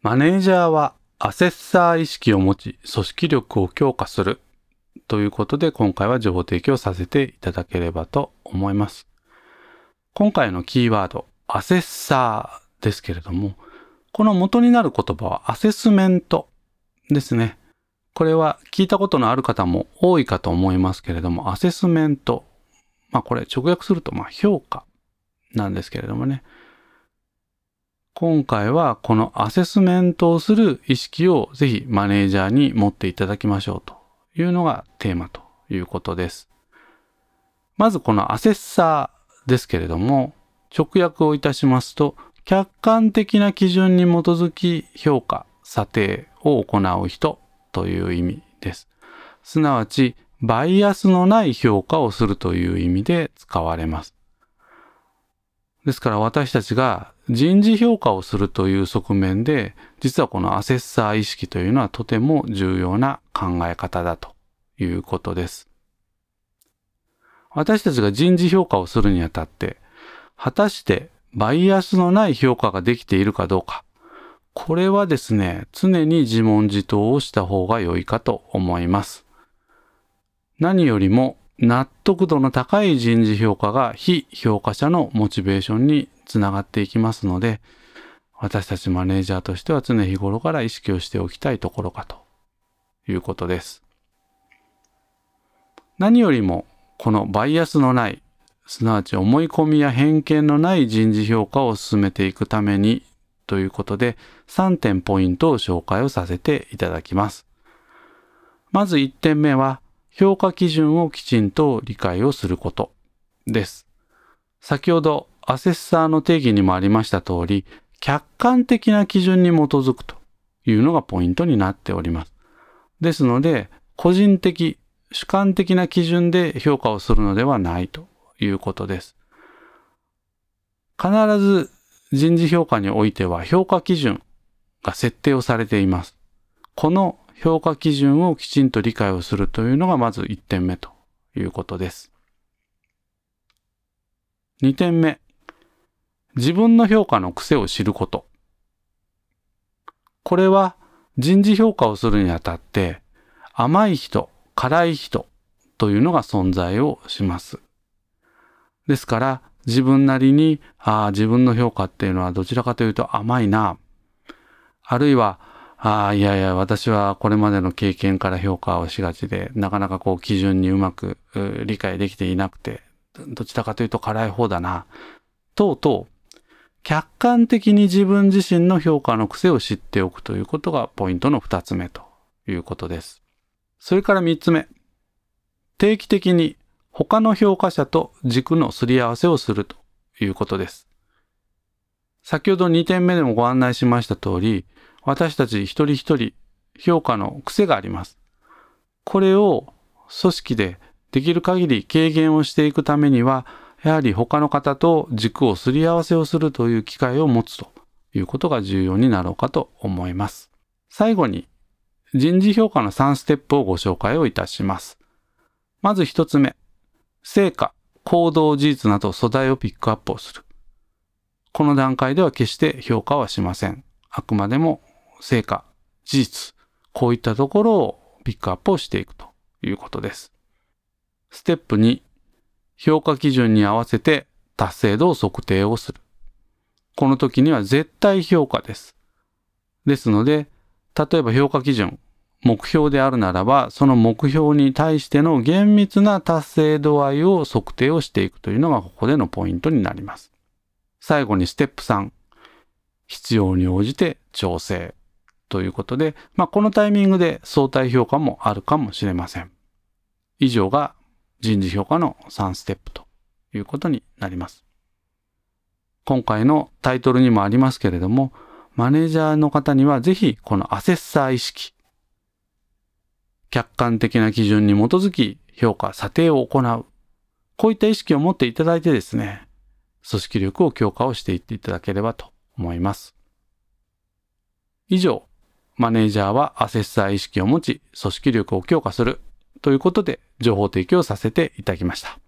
マネージャーはアセッサー意識を持ち、組織力を強化するということで、今回は情報提供させていただければと思います。今回のキーワード、アセッサーですけれども、この元になる言葉はアセスメントですね。これは聞いたことのある方も多いかと思いますけれども、アセスメント。これ直訳すると評価なんですけれどもね。今回はこのアセスメントをする意識をぜひマネージャーに持っていただきましょうというのがテーマということです。まずこのアセッサーですけれども、直訳をいたしますと、客観的な基準に基づき評価、査定を行う人という意味です。すなわち、バイアスのない評価をするという意味で使われます。ですから私たちが人事評価をするという側面で、実はこのアセッサー意識というのはとても重要な考え方だということです。私たちが人事評価をするにあたって、果たしてバイアスのない評価ができているかどうか、これはですね、常に自問自答をした方が良いかと思います。何よりも納得度の高い人事評価が非評価者のモチベーションにつながっていきますので、私たちマネージャーとしては常日頃から意識をしておきたいところかということです。何よりもこのバイアスのない、すなわち思い込みや偏見のない人事評価を進めていくためにということで3点ポイントを紹介をさせていただきます。まず1点目は評価基準をきちんと理解をすることです。先ほどアセッサーの定義にもありました通り、客観的な基準に基づくというのがポイントになっております。ですので、個人的、主観的な基準で評価をするのではないということです。必ず人事評価においては評価基準が設定をされています。この評価基準をきちんと理解をするというのがまず1点目ということです。2点目、自分の評価の癖を知ること。これは人事評価をするにあたって甘い人、辛い人というのが存在をします。ですから自分なりに自分の評価っていうのはどちらかというと甘いな、あるいはいやいや私はこれまでの経験から評価をしがちでなかなか基準にうまく理解できていなくてどちらかというと辛い方だな等々、客観的に自分自身の評価の癖を知っておくということがポイントの2つ目ということです。それから3つ目、定期的に他の評価者と軸のすり合わせをするということです。先ほど2点目でもご案内しました通り、私たち一人一人評価の癖があります。これを組織でできる限り軽減をしていくためには、やはり他の方と軸をすり合わせをするという機会を持つということが重要になろうかと思います。最後に人事評価の3ステップをご紹介をいたします。まず1つ目、成果、行動事実など素材をピックアップをする。この段階では決して評価はしません。あくまでも成果、事実、こういったところをピックアップをしていくということです。ステップ2、評価基準に合わせて達成度を測定をする。この時には絶対評価です。ですので、例えば評価基準、目標であるならば、その目標に対しての厳密な達成度合いを測定をしていくというのがここでのポイントになります。最後にステップ3、必要に応じて調整ということで、このタイミングで相対評価もあるかもしれません。以上が人事評価の3ステップということになります。今回のタイトルにもありますけれども、マネージャーの方にはぜひこのアセッサー意識、客観的な基準に基づき評価、査定を行う。こういった意識を持っていただいてですね、組織力を強化をしていっていただければと思います。以上、マネージャーはアセッサー意識を持ち、組織力を強化するということで情報提供させていただきました。